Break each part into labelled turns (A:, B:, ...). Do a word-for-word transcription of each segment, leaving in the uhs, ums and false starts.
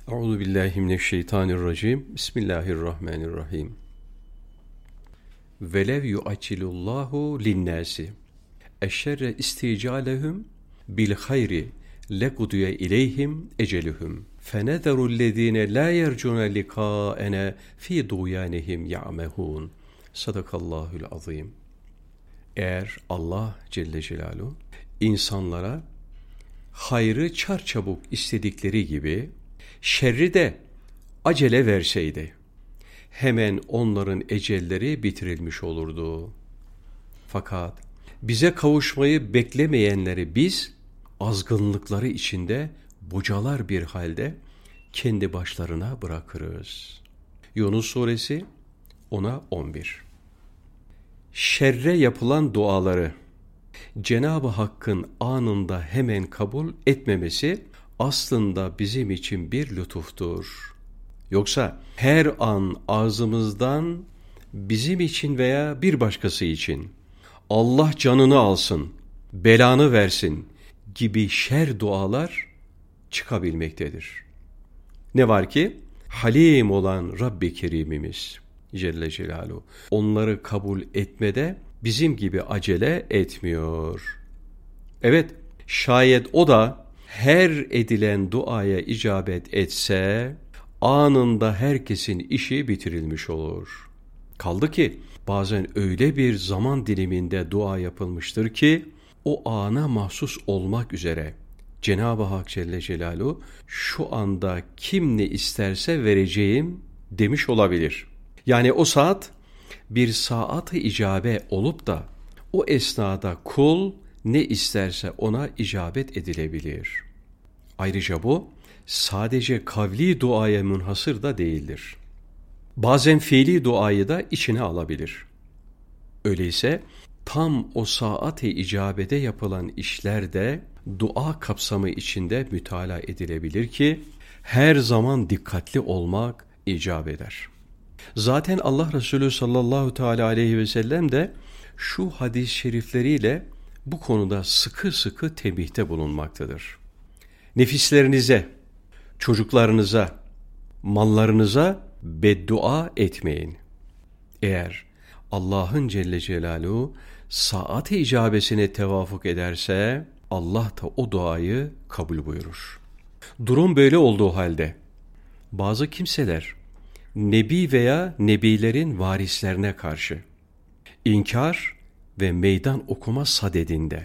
A: Euzu billahi mineşşeytanirracim. Bismillahirrahmanirrahim. Velev yu'acilullahu linnâsi eşşerre isticalehum bil hayri lekudiye ileyhim eceluhum fenezerü'llezîne lâ yercûne likâene fî duyanihim ya'mehûn. Sadakallahul azîm. Eğer Allah Celle Celaluhu insanlara hayrı çarçabuk istedikleri gibi şerri de acele verseydi, hemen onların ecelleri bitirilmiş olurdu. Fakat bize kavuşmayı beklemeyenleri biz, azgınlıkları içinde bocalar bir halde kendi başlarına bırakırız. Yunus Suresi ona on bir. Şerre yapılan duaları Cenab-ı Hakk'ın anında hemen kabul etmemesi aslında bizim için bir lütuftur. Yoksa her an ağzımızdan bizim için veya bir başkası için Allah canını alsın, belanı versin gibi şer dualar çıkabilmektedir. Ne var ki Halim olan Rabbi Kerimimiz Celle Celaluhu onları kabul etmede bizim gibi acele etmiyor. Evet, şayet o da her edilen duaya icabet etse anında herkesin işi bitirilmiş olur. Kaldı ki bazen öyle bir zaman diliminde dua yapılmıştır ki o ana mahsus olmak üzere Cenab-ı Hak Celle Celaluhu şu anda kim ne isterse vereceğim demiş olabilir. Yani o saat bir saat-ı icabe olup da o esnada kul ne isterse ona icabet edilebilir. Ayrıca bu sadece kavli duaya münhasır da değildir. Bazen fiili duayı da içine alabilir. Öyleyse tam o saat-i icabede yapılan işler de dua kapsamı içinde mütalaa edilebilir ki her zaman dikkatli olmak icap eder. Zaten Allah Resulü sallallahu teala aleyhi ve sellem de şu hadis-i şerifleriyle bu konuda sıkı sıkı tembihte bulunmaktadır. Nefislerinize, çocuklarınıza, mallarınıza beddua etmeyin. Eğer Allah'ın Celle Celaluhu saat-i icabesine tevafuk ederse Allah da o duayı kabul buyurur. Durum böyle olduğu halde bazı kimseler nebi veya nebilerin varislerine karşı inkar ve meydan okuma sadedinde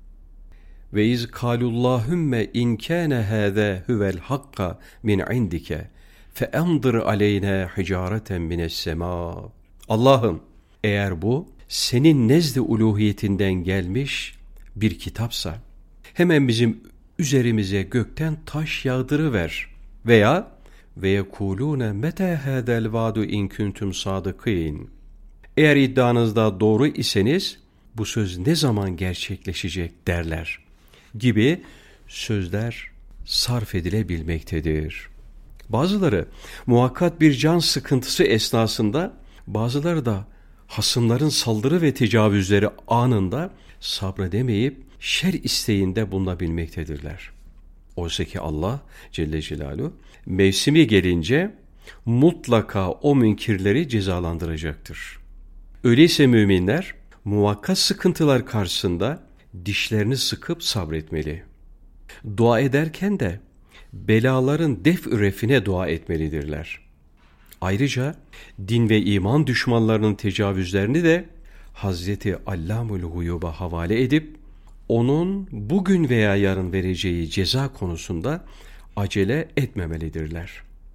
A: ve iz kalullahümme in kâne hâzâ huvel hakka min indike fe emdir aleyna hicareten mines semâ. Allah'ım eğer bu senin nezd-i uluhiyetinden gelmiş bir kitapsa hemen bizim üzerimize gökten taş yağdırıver veya ve yekulûne mete hâzel vâdu in kuntum sadıkîn. Eğer iddianızda doğru iseniz bu söz ne zaman gerçekleşecek derler gibi sözler sarf edilebilmektedir. Bazıları muhakkat bir can sıkıntısı esnasında, bazıları da hasımların saldırı ve tecavüzleri anında sabredemeyip şer isteğinde bulunabilmektedirler. Oysa ki Allah Celle Celaluhu mevsimi gelince mutlaka o münkirleri cezalandıracaktır. Öyleyse müminler muvakkat sıkıntılar karşısında dişlerini sıkıp sabretmeli. Dua ederken de belaların def-ü refine dua etmelidirler. Ayrıca din ve iman düşmanlarının tecavüzlerini de Hazreti Allamul Guyub'a havale edip onun bugün veya yarın vereceği ceza konusunda acele etmemelidirler.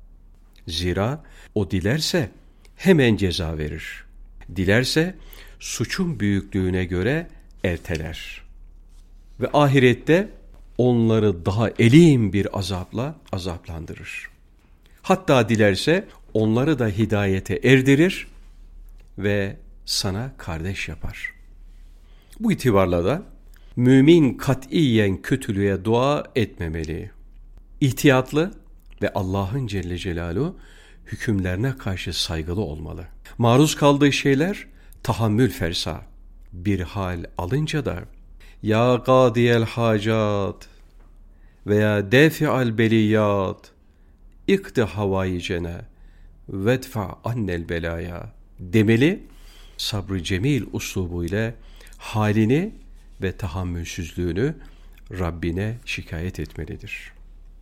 A: Zira o dilerse hemen ceza verir. Dilerse suçun büyüklüğüne göre erteler. Ve ahirette onları daha elim bir azapla azaplandırır. Hatta dilerse onları da hidayete erdirir ve sana kardeş yapar. Bu itibarla da mümin katiyen kötülüğe dua etmemeli. İhtiyatlı ve Allah'ın Celle Celaluhu hükümlerine karşı saygılı olmalı. Maruz kaldığı şeyler tahammül fersa bir hal alınca da ya gadiyel hacat veya defi'al beliyat ikdi havayicene vedfa annel belaya demeli, sabrı cemil uslubuyla halini ve tahammülsüzlüğünü Rabbine şikayet etmelidir.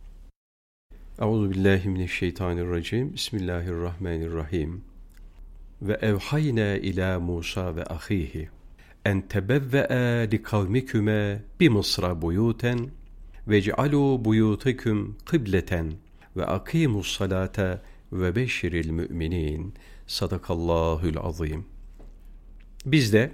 A: Euzubillahimineşşeytanirracim. Bismillahirrahmanirrahim. Ve evhayna ila Musa ve ahihi en tebevve'a li kavmiküme bi Mısra buyuten ve cealu buyuteküm kıbleten ve akimus salate ve beşiril müminin. Sadakallahul azim. Biz de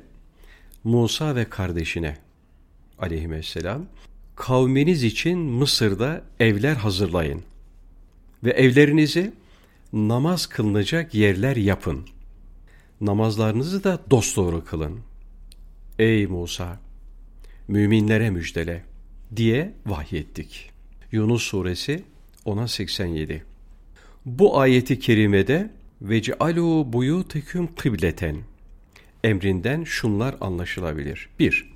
A: Musa ve kardeşine aleyhisselam, kavminiz için Mısır'da evler hazırlayın ve evlerinizi namaz kılınacak yerler yapın. Namazlarınızı da dosdoğru kılın. Ey Musa, müminlere müjdele diye vahyettik. Yunus suresi ona seksen yedi. Bu ayeti kerimede vec'alû buyûteküm kıbleten emrinden şunlar anlaşılabilir. bir.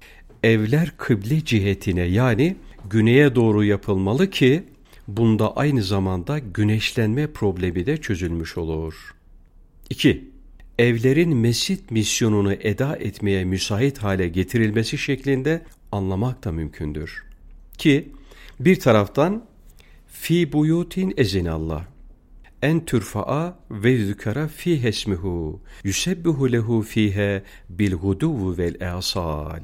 A: Evler kıble cihetine, yani güneye doğru yapılmalı ki bunda aynı zamanda güneşlenme problemi de çözülmüş olur. iki. Evlerin mescit misyonunu eda etmeye müsait hale getirilmesi şeklinde anlamak da mümkündür. Ki bir taraftan fi buyutin ezinallah en türfa'a ve zükara fi hesmihu yusebbihu lehu fihe bil guduvu vel asal.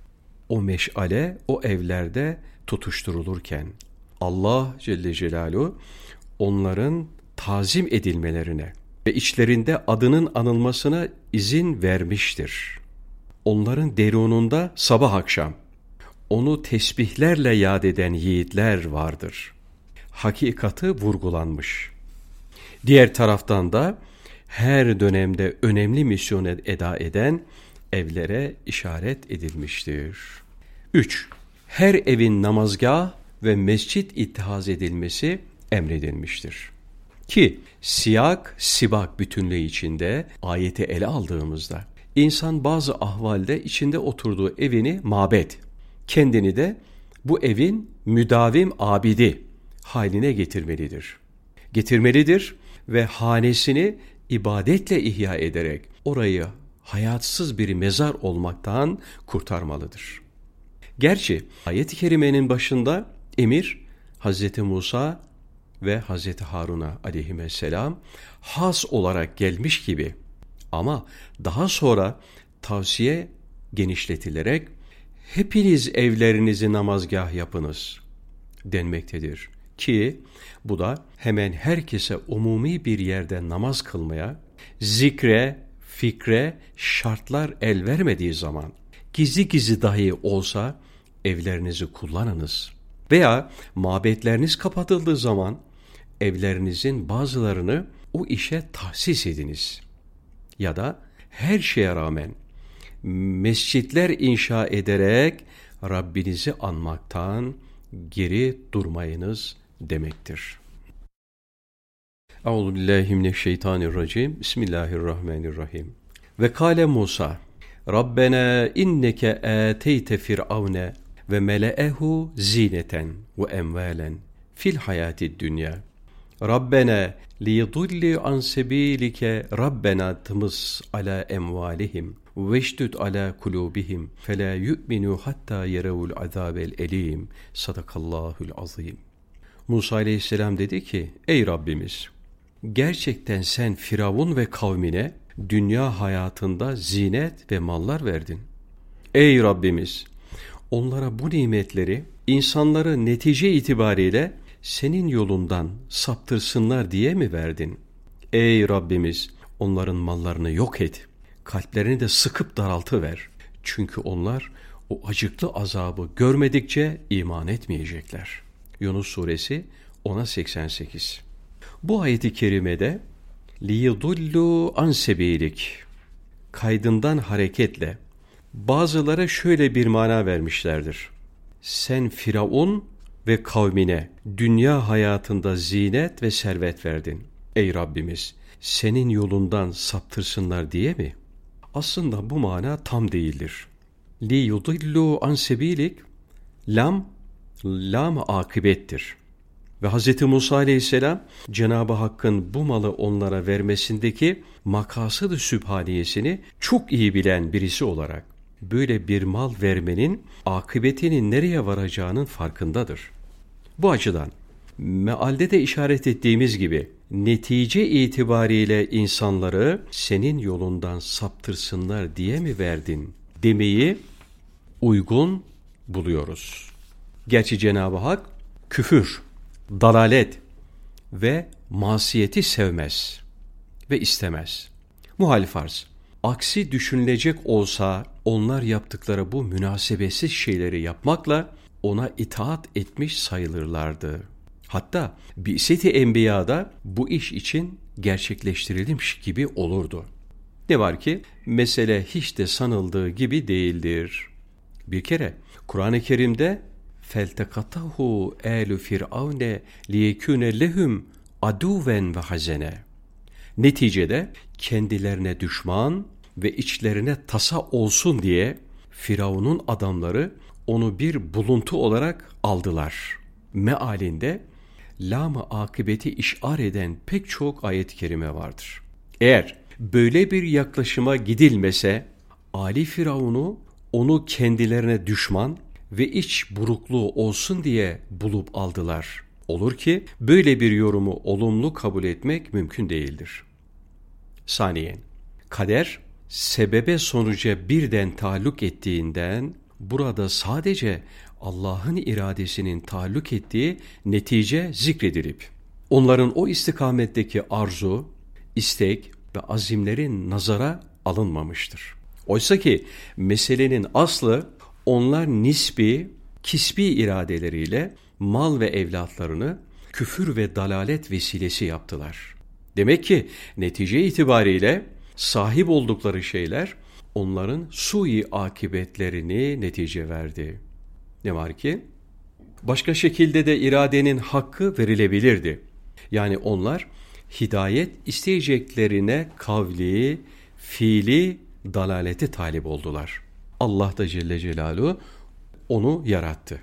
A: O meşale o evlerde tutuşturulurken Allah Celle Celaluhu onların tazim edilmelerine ve içlerinde adının anılmasına izin vermiştir. Onların derununda sabah akşam onu tesbihlerle yad eden yiğitler vardır. Hakikati vurgulanmış. Diğer taraftan da her dönemde önemli misyon eda eden evlere işaret edilmiştir. üç. Her evin namazgah ve mescit ittihaz edilmesi emredilmiştir. Ki siyak, sibak bütünlüğü içinde ayeti ele aldığımızda insan bazı ahvalde içinde oturduğu evini mabet, kendini de bu evin müdavim abidi haline getirmelidir. Getirmelidir ve hanesini ibadetle ihya ederek orayı hayatsız bir mezar olmaktan kurtarmalıdır. Gerçi ayet-i kerimenin başında emir Hazreti Musa ve Hazreti Harun'a aleyhisselam has olarak gelmiş gibi, ama daha sonra tavsiye genişletilerek hepiniz evlerinizi namazgah yapınız denmektedir. Ki bu da hemen herkese umumi bir yerde namaz kılmaya, zikre, fikre şartlar el vermediği zaman gizli gizli dahi olsa evlerinizi kullanınız. Veya mabetleriniz kapatıldığı zaman evlerinizin bazılarını o işe tahsis ediniz. Ya da her şeye rağmen mescitler inşa ederek Rabbinizi anmaktan geri durmayınız demektir. Euzubillahimineşşeytanirracim. Bismillahirrahmanirrahim. Ve kâle Musa, Rabbena inneke âteyte fir'avne ve mele'ehu zineten ve emvalen fil hayatid dünya. Rabbena liyudilli an sebilike Rabbena tımız ala emvalihim veşdüd ala kulubihim fela yu'minu hatta yerevul azabel elim. Sadakallahul azim. Musa aleyhisselam dedi ki, ey Rabbimiz, gerçekten sen Firavun ve kavmine dünya hayatında zinet ve mallar verdin. Ey Rabbimiz, onlara bu nimetleri insanları netice itibariyle senin yolundan saptırsınlar diye mi verdin? Ey Rabbimiz, onların mallarını yok et, kalplerini de sıkıp daraltıver. Çünkü onlar o acıklı azabı görmedikçe iman etmeyecekler. Yunus suresi ona seksen sekiz. Bu ayet-i kerimede liyudullu an sebilik kaydından hareketle bazılara şöyle bir mana vermişlerdir. Sen Firavun ve kavmine dünya hayatında zinet ve servet verdin. Ey Rabbimiz, senin yolundan saptırsınlar diye mi? Aslında bu mana tam değildir. Li yudillu an sebilik lam lam akibettir. Ve Hz. Musa aleyhisselam Cenab-ı Hakk'ın bu malı onlara vermesindeki makasıd-ı sübhaniyesini çok iyi bilen birisi olarak böyle bir mal vermenin akıbetinin nereye varacağının farkındadır. Bu açıdan mealde de işaret ettiğimiz gibi netice itibariyle insanları senin yolundan saptırsınlar diye mi verdin demeyi uygun buluyoruz. Gerçi Cenab-ı Hak küfür, dalalet ve masiyeti sevmez ve istemez. Muhal farz. Aksi düşünülecek olsa onlar yaptıkları bu münasebetsiz şeyleri yapmakla ona itaat etmiş sayılırlardı. Hatta Bi'set-i Enbiya'da bu iş için gerçekleştirilmiş gibi olurdu. Ne var ki mesele hiç de sanıldığı gibi değildir. Bir kere Kur'an-ı Kerim'de فَالْتَقَطَهُ آلُ فِرْعَوْنَ لِيَكُونَ لَهُمْ عَدُوًا وَحَزَنًا. Neticede kendilerine düşman ve içlerine tasa olsun diye Firavun'un adamları onu bir buluntu olarak aldılar. Mealinde lam-ı akıbeti işar eden pek çok ayet-i kerime vardır. Eğer böyle bir yaklaşıma gidilmese, Ali Firavun'u onu kendilerine düşman ve iç burukluğu olsun diye bulup aldılar. Olur ki böyle bir yorumu olumlu kabul etmek mümkün değildir. Saniyen, kader sebebe sonuca birden taalluk ettiğinden burada sadece Allah'ın iradesinin taalluk ettiği netice zikredilip onların o istikametteki arzu, istek ve azimlerin nazara alınmamıştır. Oysa ki meselenin aslı onlar nisbi, kisbi iradeleriyle mal ve evlatlarını küfür ve dalalet vesilesi yaptılar. Demek ki netice itibariyle sahip oldukları şeyler onların sui akıbetlerini netice verdi. Ne var ki? Başka şekilde de iradenin hakkı verilebilirdi. Yani onlar hidayet isteyeceklerine kavli, fiili dalalete talip oldular. Allah da Celle Celaluhu onu yarattı.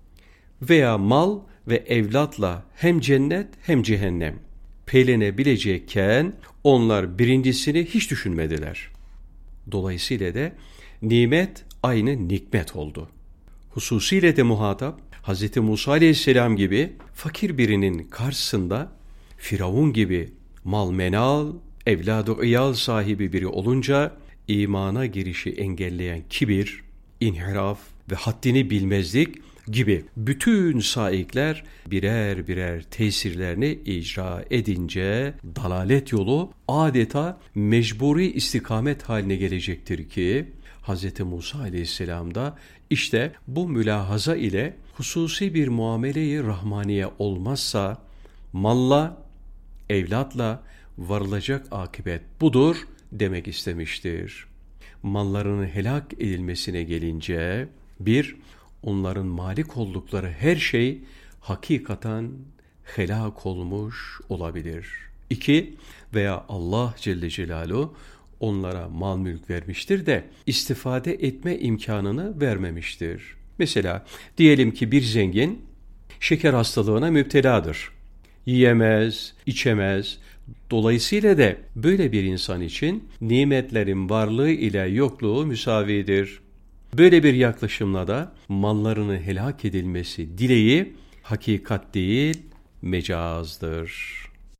A: Veya mal ve evlatla hem cennet hem cehennem peylenebilecekken onlar birincisini hiç düşünmediler. Dolayısıyla da nimet aynı nikmet oldu. Hususiyle de muhatap Hz. Musa aleyhisselam gibi fakir birinin karşısında Firavun gibi mal menal, evladı iyal sahibi biri olunca imana girişi engelleyen kibir, inhiraf ve haddini bilmezlik gibi bütün saikler birer birer tesirlerini icra edince dalalet yolu adeta mecburi istikamet haline gelecektir ki Hz. Musa aleyhisselam da işte bu mülahaza ile hususi bir muamele-i rahmaniye olmazsa malla, evlatla varılacak akıbet budur demek istemiştir. Mallarının helak edilmesine gelince bir, onların malik oldukları her şey hakikaten helak olmuş olabilir. İki, veya Allah Celle Celaluhu onlara mal mülk vermiştir de istifade etme imkanını vermemiştir. Mesela diyelim ki bir zengin şeker hastalığına müpteladır. Yiyemez, içemez. Dolayısıyla da böyle bir insan için nimetlerin varlığı ile yokluğu müsavidir. Böyle bir yaklaşımla da mallarının helak edilmesi dileği hakikat değil, mecazdır.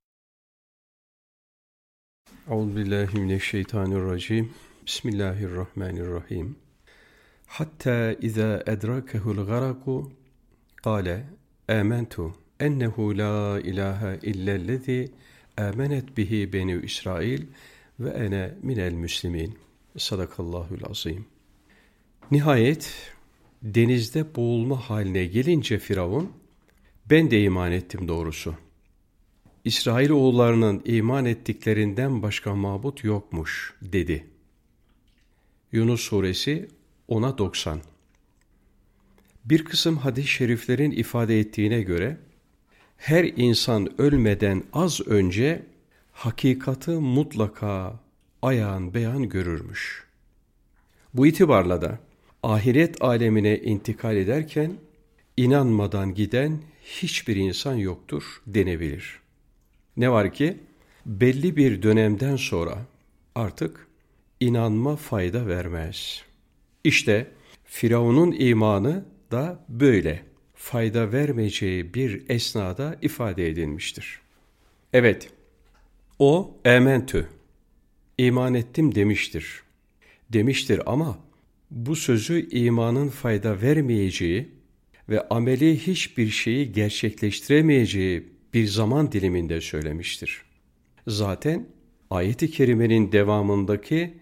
A: Euzubillahimineşşeytanirracim. Bismillahirrahmanirrahim. Hatta iza edrakehul garaku kâle âmentu ennehu la ilahe illellezî âmenet bihi beni İsrail ve ene minel müslimin. Sadakallahul azim. Nihayet denizde boğulma haline gelince Firavun, ben de iman ettim doğrusu. İsrailoğullarının iman ettiklerinden başka mabut yokmuş dedi. Yunus Suresi ona doksan. Bir kısım hadis-i şeriflerin ifade ettiğine göre, her insan ölmeden az önce hakikati mutlaka ayan beyan görürmüş. Bu itibarla da ahiret alemine intikal ederken inanmadan giden hiçbir insan yoktur denebilir. Ne var ki belli bir dönemden sonra artık inanma fayda vermez. İşte Firavun'un imanı da böyle fayda vermeyeceği bir esnada ifade edilmiştir. Evet, o ementü, iman ettim demiştir. Demiştir ama bu sözü imanın fayda vermeyeceği ve ameli hiçbir şeyi gerçekleştiremeyeceği bir zaman diliminde söylemiştir. Zaten ayet-i kerimenin devamındaki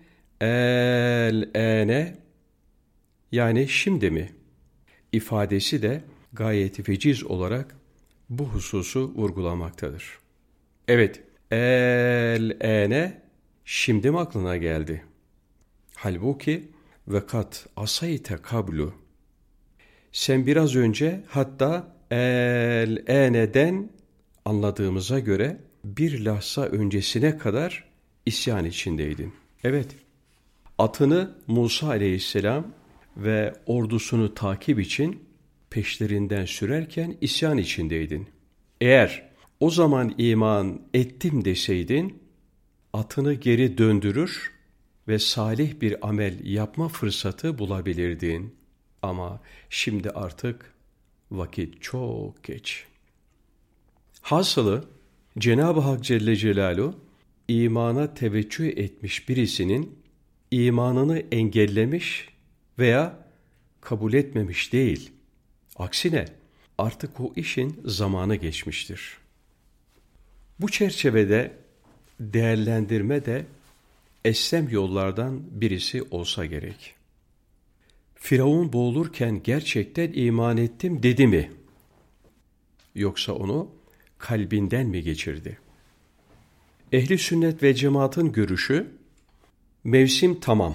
A: el-ene yani şimdi mi ifadesi de gayet veciz olarak bu hususu vurgulamaktadır. Evet, el-ene şimdi mi aklına geldi? Halbuki ve kat asayte kablu. Sen biraz önce hatta el-ene'den anladığımıza göre bir lahza öncesine kadar isyan içindeydin. Evet, atını Musa aleyhisselam ve ordusunu takip için peşlerinden sürerken isyan içindeydin. Eğer o zaman iman ettim deseydin, atını geri döndürür ve salih bir amel yapma fırsatı bulabilirdin. Ama şimdi artık vakit çok geç. Hasılı Cenab-ı Hak Celle Celaluhu imana teveccüh etmiş birisinin imanını engellemiş veya kabul etmemiş değil. Aksine artık o işin zamanı geçmiştir. Bu çerçevede değerlendirme de eslem yollardan birisi olsa gerek. Firavun boğulurken gerçekten iman ettim dedi mi? Yoksa onu kalbinden mi geçirdi? Ehli sünnet ve cemaatın görüşü, mevsim tamam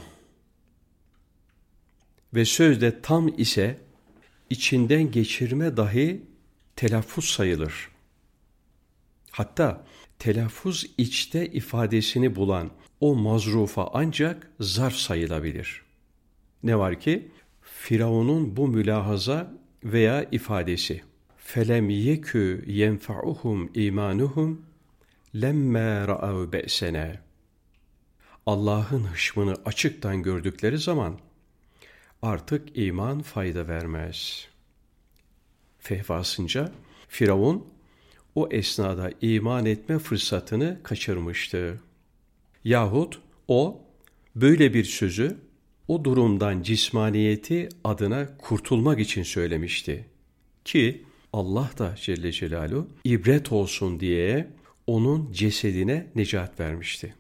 A: ve sözde tam ise içinden geçirme dahi telaffuz sayılır. Hatta telaffuz içte ifadesini bulan o mazrufa ancak zarf sayılabilir. Ne var ki Firavun'un bu mülahaza veya ifadesi felem yekü yenfa'uhum imanuhum lemme ra'av be'sene. Allah'ın hışmını açıktan gördükleri zaman artık iman fayda vermez. Fehvasınca Firavun o esnada iman etme fırsatını kaçırmıştı. Yahut o böyle bir sözü o durumdan cismaniyeti adına kurtulmak için söylemişti. Ki Allah da Celle Celaluhu ibret olsun diye onun cesedine necat vermişti.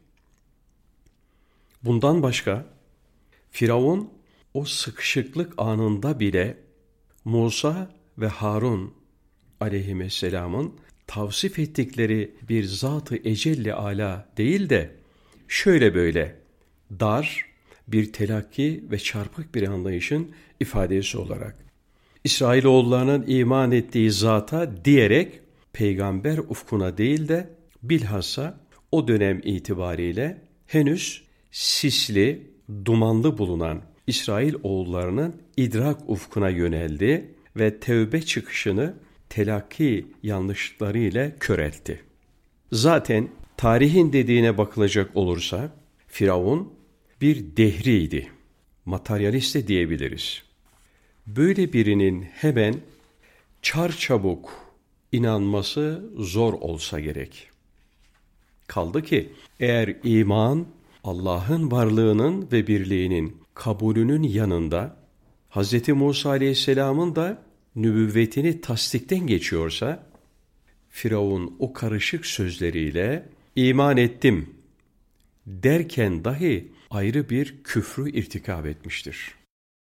A: Bundan başka Firavun o sıkışıklık anında bile Musa ve Harun aleyhisselamın tavsif ettikleri bir zat-ı ecelli ala değil de şöyle böyle dar bir telakki ve çarpık bir anlayışın ifadesi olarak İsrailoğullarının iman ettiği zata diyerek peygamber ufkuna değil de bilhassa o dönem itibariyle henüz sisli, dumanlı bulunan İsrailoğullarının idrak ufkuna yöneldi ve tevbe çıkışını telakki yanlışlıklarıyla köreltti. Zaten tarihin dediğine bakılacak olursa Firavun bir dehriydi, materyalist de diyebiliriz. Böyle birinin hemen çarçabuk inanması zor olsa gerek. Kaldı ki eğer iman Allah'ın varlığının ve birliğinin kabulünün yanında Hz. Musa Aleyhisselam'ın da nübüvvetini tasdikten geçiyorsa Firavun o karışık sözleriyle iman ettim derken dahi ayrı bir küfrü irtikab etmiştir.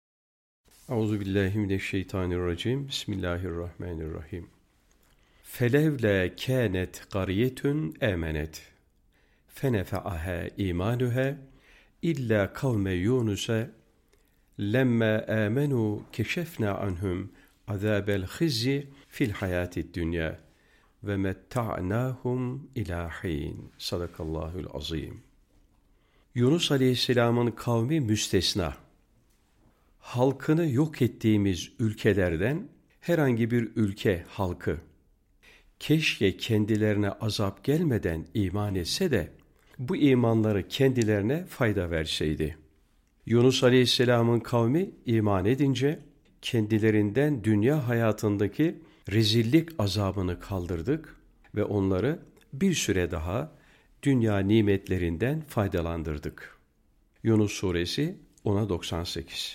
A: Euzubillahimineşşeytanirracim. Bismillahirrahmanirrahim. Felevle kânet qariyetun âmenet fenefe'aha imanuha illa kavme Yunus'a lemma amenu keşefna anhum azabel khizyi fil hayatid dünya ve metta'nahum ila hin. Sadakallahul azim. Yunus Aleyhisselam'ın kavmi müstesna. Halkını yok ettiğimiz ülkelerden herhangi bir ülke halkı keşke kendilerine azap gelmeden iman etse de bu imanları kendilerine fayda verseydi. Yunus Aleyhisselam'ın kavmi iman edince kendilerinden dünya hayatındaki rezillik azabını kaldırdık ve onları bir süre daha dünya nimetlerinden faydalandırdık. Yunus Suresi ona doksan sekiz.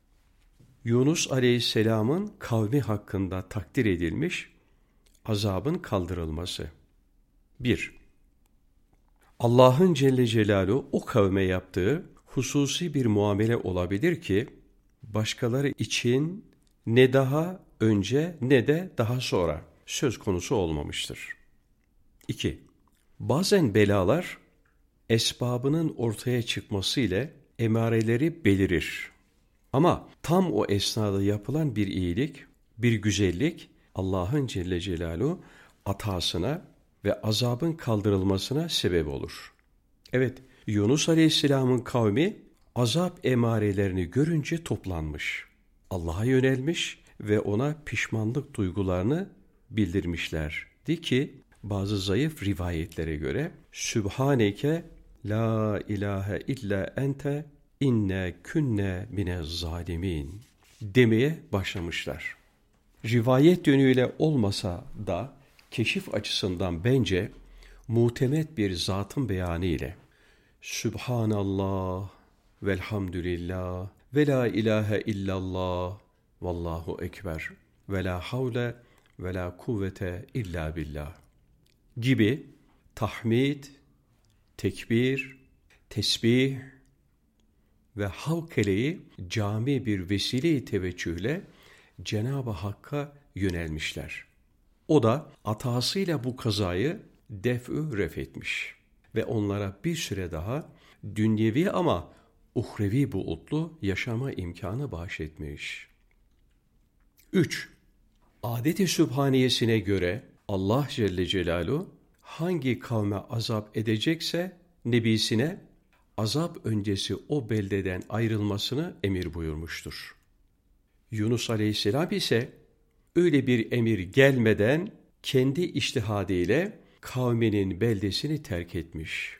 A: Yunus Aleyhisselam'ın kavmi hakkında takdir edilmiş azabın kaldırılması. bir. Allah'ın Celle Celaluhu o kavme yaptığı hususi bir muamele olabilir ki başkaları için ne daha önce ne de daha sonra söz konusu olmamıştır. iki. Bazen belalar esbabının ortaya çıkması ile emareleri belirir. Ama tam o esnada yapılan bir iyilik, bir güzellik Allah'ın Celle Celaluhu atasına ve azabın kaldırılmasına sebep olur. Evet, Yunus Aleyhisselam'ın kavmi azap emarelerini görünce toplanmış. Allah'a yönelmiş ve ona pişmanlık duygularını bildirmişlerdi ki bazı zayıf rivayetlere göre Sübhaneke la ilahe illa ente inne künne mine zalimin demeye başlamışlar. Rivayet yönüyle olmasa da keşif açısından bence muhtemet bir zatın beyanı ile Sübhanallah velhamdülillah ve la ilahe illallah vallahu ekber ve la havle ve la kuvvete illa billah gibi tahmid, tekbir, tesbih ve havkeleyi cami bir vesile-i teveccühle Cenab-ı Hakk'a yönelmişler. O da atasıyla bu kazayı def-ü ref etmiş ve onlara bir süre daha dünyevi ama uhrevi buğutlu yaşama imkanı bahşetmiş. üç. Adet-i Sübhaniyesine göre Allah Celle Celaluhu hangi kavme azap edecekse nebisine azap öncesi o beldeden ayrılmasını emir buyurmuştur. Yunus Aleyhisselam ise öyle bir emir gelmeden kendi içtihadıyla kavminin beldesini terk etmiş.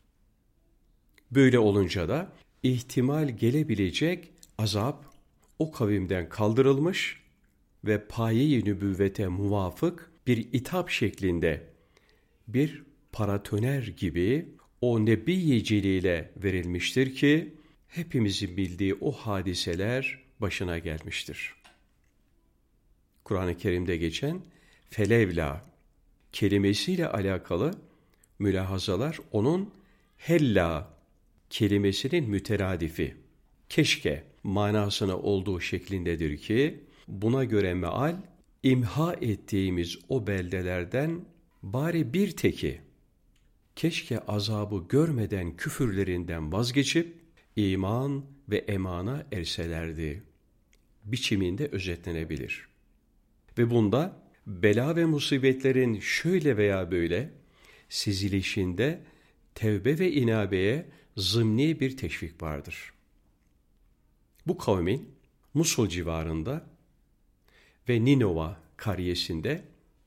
A: Böyle olunca da ihtimal gelebilecek azap o kavimden kaldırılmış ve paye-i nübüvvete muvafık bir itap şeklinde bir paratoner gibi o Nebi-i Celil'e verilmiştir ki hepimizin bildiği o hadiseler başına gelmiştir. Kur'an-ı Kerim'de geçen felevla kelimesiyle alakalı mülahazalar onun hella kelimesinin müteradifi, keşke manasına olduğu şeklindedir ki buna göre meal imha ettiğimiz o beldelerden bari bir teki keşke azabı görmeden küfürlerinden vazgeçip iman ve emana erselerdi biçiminde özetlenebilir. Ve bunda bela ve musibetlerin şöyle veya böyle sizilişinde tevbe ve inabeye zımni bir teşvik vardır. Bu kavmin Musul civarında ve Ninova kariyesinde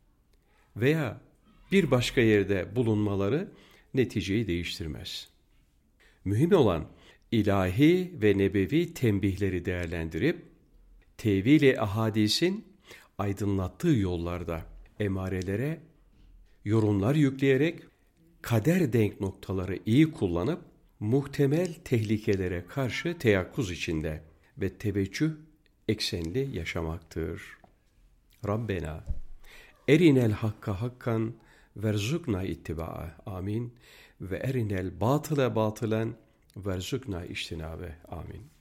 A: veya bir başka yerde bulunmaları neticeyi değiştirmez. Mühim olan ilahi ve nebevi tembihleri değerlendirip tevil-i ahadisin aydınlattığı yollarda emarelere yorumlar yükleyerek kader denk noktaları iyi kullanıp muhtemel tehlikelere karşı teyakkuz içinde ve teveccüh eksenli yaşamaktır. Rabbena erinel hakka hakkan verzukna ittiba'a amin ve erinel batıla batılan verzukna iştinabe amin.